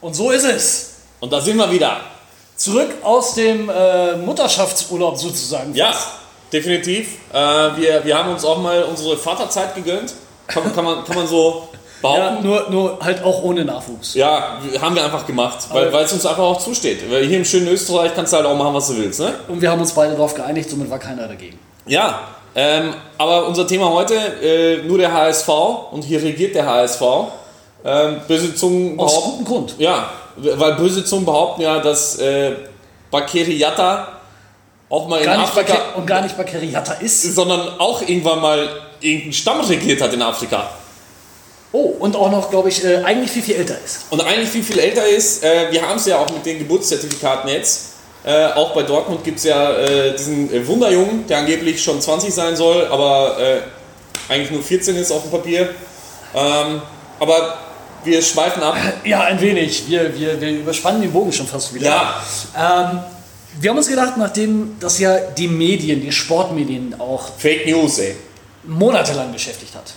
Und so ist es. Und da sind wir wieder. Zurück aus dem Mutterschaftsurlaub sozusagen. Ja, definitiv. Wir haben uns auch mal unsere Vaterzeit gegönnt. Kann man so behaupten. Ja, nur halt auch ohne Nachwuchs. Ja, haben wir einfach gemacht, weil es uns einfach auch zusteht. Weil hier im schönen Österreich kannst du halt auch machen, was du willst. Ne? Und wir haben uns beide darauf geeinigt, somit war keiner dagegen. Ja, aber unser Thema heute, nur der HSV, und hier regiert der HSV. Böse Zungen behaupten, aus gutem Grund. Ja, weil böse Zungen behaupten ja, dass Bakary Jatta auch mal in Afrika... Und gar nicht Bakary Jatta ist. Sondern auch irgendwann mal irgendeinen Stamm regiert hat in Afrika. Oh, und auch noch, glaube ich, eigentlich viel älter ist. Und eigentlich viel älter ist. Wir haben es ja auch mit den Geburtszertifikaten jetzt. Auch bei Dortmund gibt es ja diesen Wunderjungen, der angeblich schon 20 sein soll, aber eigentlich nur 14 ist auf dem Papier. Aber wir schweifen ab. Ja, ein wenig. Wir überspannen den Bogen schon fast wieder. Ja. Wir haben uns gedacht, nachdem das ja die Medien, die Sportmedien auch Fake News, ey. monatelang beschäftigt hat.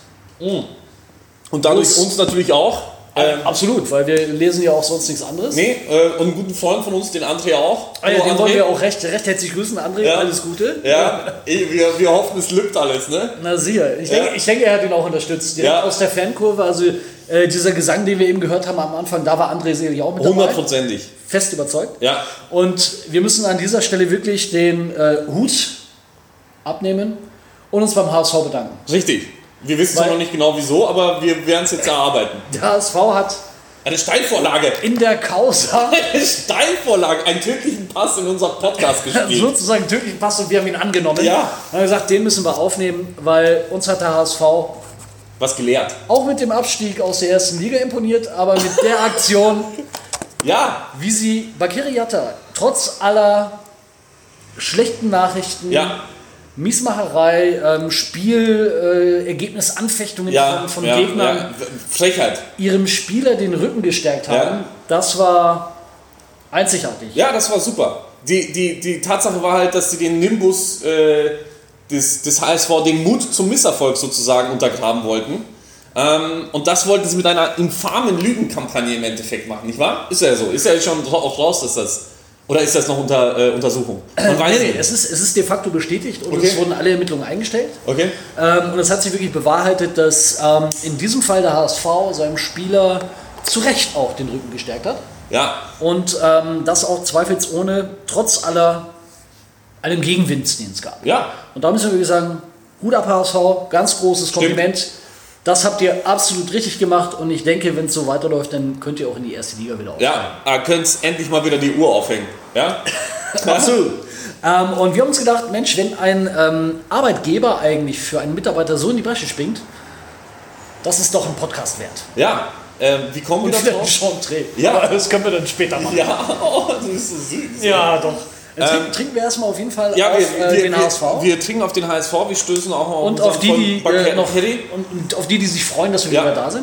Und dadurch uns natürlich auch. Absolut, weil wir lesen ja auch sonst nichts anderes. Nee, und einen guten Freund von uns, den André auch. Den wollen wir auch recht herzlich grüßen, André, ja. Alles Gute. Ja, wir hoffen, es lübt alles, ne? Na sicher, ich denke, er hat ihn auch unterstützt. Direkt aus der Fankurve, also dieser Gesang, den wir eben gehört haben am Anfang, da war André sicherlich auch mit dabei. 100%. Fest überzeugt. Ja. Und wir müssen an dieser Stelle wirklich den Hut abnehmen und uns beim HSV bedanken. Richtig. Wir wissen zwar noch nicht genau wieso, aber wir werden es jetzt erarbeiten. Der HSV hat eine Steilvorlage. In der Causa. Eine Steilvorlage, einen tödlichen Pass in unserem Podcast gespielt. Sozusagen einen tödlichen Pass und wir haben ihn angenommen. Ja. Und haben gesagt, den müssen wir aufnehmen, weil uns hat der HSV was gelehrt. Auch mit dem Abstieg aus der ersten Liga imponiert, aber mit der Aktion, ja, wie sie Bakary Jatta trotz aller schlechten Nachrichten, Miesmacherei, Spielergebnisanfechtungen von Gegnern, Frechheit, ihrem Spieler den Rücken gestärkt haben, das war einzigartig. Ja, das war super. Die Tatsache war halt, dass sie den Nimbus des HSV, den Mut zum Misserfolg sozusagen untergraben wollten. Und das wollten sie mit einer infamen Lügenkampagne im Endeffekt machen, nicht wahr? Ist ja so. Ist ja schon auch raus, dass das... Oder ist das noch unter Untersuchung? Man weiß nee, es ist de facto bestätigt und es wurden alle Ermittlungen eingestellt. Okay. Und es hat sich wirklich bewahrheitet, dass in diesem Fall der HSV seinem Spieler zu Recht auch den Rücken gestärkt hat. Ja. Und das auch zweifelsohne, trotz allem Gegenwind, den es gab. Ja. Und da müssen wir wirklich sagen, Hut ab HSV, ganz großes Kompliment. Stimmt. Das habt ihr absolut richtig gemacht und ich denke, wenn es so weiterläuft, dann könnt ihr auch in die erste Liga wieder aufsteigen. Ja, könnt endlich mal wieder die Uhr aufhängen. Ja? Absolut. Und wir haben uns gedacht, Mensch, wenn ein Arbeitgeber eigentlich für einen Mitarbeiter so in die Bresche springt, das ist doch ein Podcast wert. Ja, wie kommen wir da drauf? Schon ja, aber das können wir dann später machen. Ja, das ist so süß. Ja, doch. Trinken wir erstmal auf jeden Fall auf den HSV. Wir trinken auf den HSV, wir stößen auch mal und auf die, und auf die sich freuen, dass wir wieder da sind.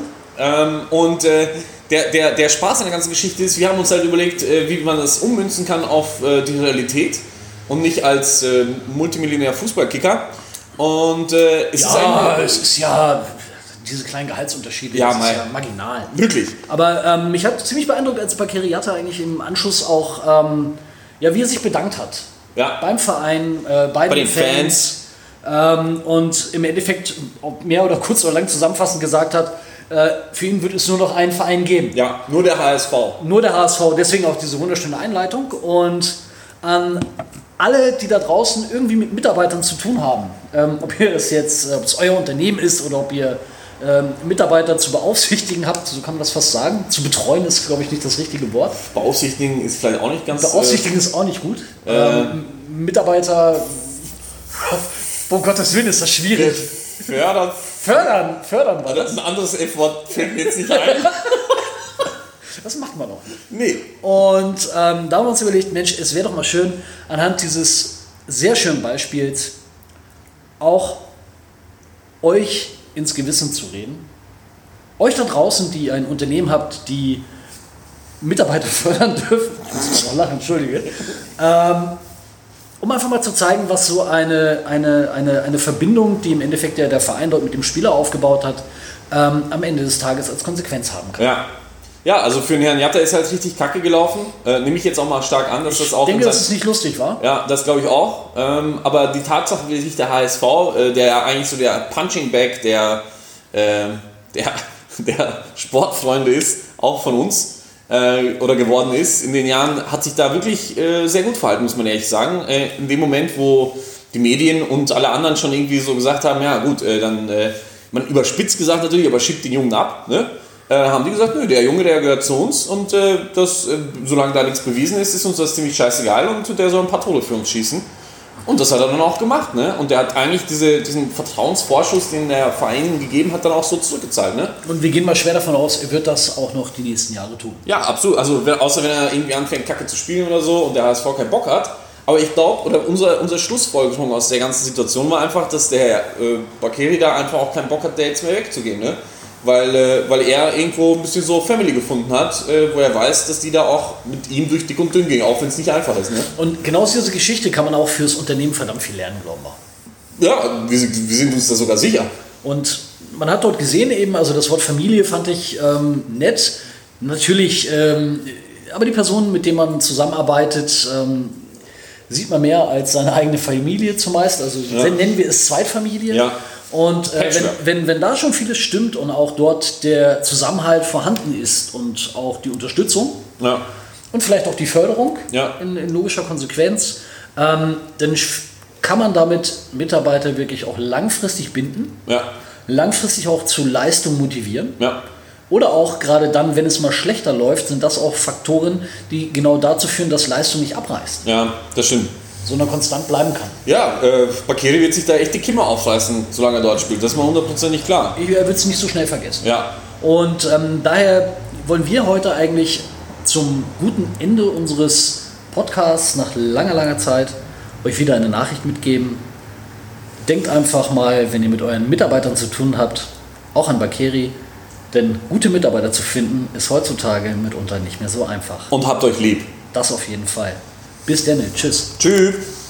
Der Spaß an der ganzen Geschichte ist, wir haben uns halt überlegt, wie man das ummünzen kann auf die Realität und nicht als Multimillionär Fußballkicker. Und es ist ja diese kleinen Gehaltsunterschiede, das ist ja marginal. Wirklich. Aber mich hat ziemlich beeindruckt, als Bakary Jatta eigentlich im Anschluss auch wie er sich bedankt hat. Ja. Beim Verein, bei den Fans. Und im Endeffekt mehr oder kurz oder lang zusammenfassend gesagt hat, für ihn wird es nur noch einen Verein geben. Ja, nur der HSV. Nur der HSV, deswegen auch diese wunderschöne Einleitung. Und an alle, die da draußen irgendwie mit Mitarbeitern zu tun haben, ob es euer Unternehmen ist oder ob ihr Mitarbeiter zu beaufsichtigen habt, so kann man das fast sagen. Zu betreuen ist, glaube ich, nicht das richtige Wort. Beaufsichtigen ist vielleicht auch nicht ganz... Beaufsichtigen ist auch nicht gut. Mitarbeiter... Um Gottes Willen ist das schwierig. Fördern war das. Ein anderes F-Wort fällt mir jetzt nicht ein. Das macht man doch nicht. Nee. Und da haben wir uns überlegt, Mensch, es wäre doch mal schön, anhand dieses sehr schönen Beispiels auch euch ins Gewissen zu reden. Euch da draußen, die ein Unternehmen habt, die Mitarbeiter fördern dürfen, ich muss mal lachen, entschuldige, um einfach mal zu zeigen, was so eine Verbindung, die im Endeffekt der Verein dort mit dem Spieler aufgebaut hat, am Ende des Tages als Konsequenz haben kann. Ja, Ja, also für den Herrn Jatta ist halt richtig kacke gelaufen. Nehme ich jetzt auch mal stark an, dass das auch... Ich denke, dass es nicht lustig war. Ja, das glaube ich auch. Aber die Tatsache, wie sich der HSV, der ja eigentlich so der Punching Bag der Sportfreunde ist, auch von uns, oder geworden ist in den Jahren, hat sich da wirklich sehr gut verhalten, muss man ehrlich sagen. In dem Moment, wo die Medien und alle anderen schon irgendwie so gesagt haben, ja gut, dann, man überspitzt gesagt natürlich, aber schiebt den Jungen ab, ne? Haben die gesagt, nö, der Junge, der gehört zu uns und solange da nichts bewiesen ist, ist uns das ziemlich scheißegal und der soll ein paar Tore für uns schießen. Und das hat er dann auch gemacht, ne? Und der hat eigentlich diesen Vertrauensvorschuss, den der Verein gegeben hat, dann auch so zurückgezahlt, ne? Und wir gehen mal schwer davon aus, er wird das auch noch die nächsten Jahre tun. Ja, absolut. Also außer wenn er irgendwie anfängt, Kacke zu spielen oder so und der HSV keinen Bock hat. Aber ich glaube, oder unser Schlussfolgerung aus der ganzen Situation war einfach, dass der Bakeri da einfach auch keinen Bock hat, der jetzt mehr wegzugehen, ne? Weil er irgendwo ein bisschen so Family gefunden hat, wo er weiß, dass die da auch mit ihm durch dick und dünn gehen, auch wenn es nicht einfach ist. Ne? Und genau aus dieser Geschichte kann man auch fürs Unternehmen verdammt viel lernen, glauben wir. Ja, wir sind uns da sogar sicher. Und man hat dort gesehen eben, also das Wort Familie fand ich nett. Natürlich, aber die Personen, mit denen man zusammenarbeitet, sieht man mehr als seine eigene Familie zumeist. Also nennen wir es Zweitfamilie. Ja. Und wenn da schon vieles stimmt und auch dort der Zusammenhalt vorhanden ist und auch die Unterstützung und vielleicht auch die Förderung in logischer Konsequenz, dann kann man damit Mitarbeiter wirklich auch langfristig binden, langfristig auch zu Leistung motivieren. Ja. Oder auch gerade dann, wenn es mal schlechter läuft, sind das auch Faktoren, die genau dazu führen, dass Leistung nicht abreißt. Ja, das stimmt. Sondern konstant bleiben kann. Ja, Bakeri wird sich da echt die Kimmer aufreißen, solange er dort spielt. Das ist mal 100% klar. Er wird es nicht so schnell vergessen. Ja. Und daher wollen wir heute eigentlich zum guten Ende unseres Podcasts nach langer, langer Zeit euch wieder eine Nachricht mitgeben. Denkt einfach mal, wenn ihr mit euren Mitarbeitern zu tun habt, auch an Bakeri. Denn gute Mitarbeiter zu finden, ist heutzutage mitunter nicht mehr so einfach. Und habt euch lieb. Das auf jeden Fall. Bis dann. Tschüss. Tschüss.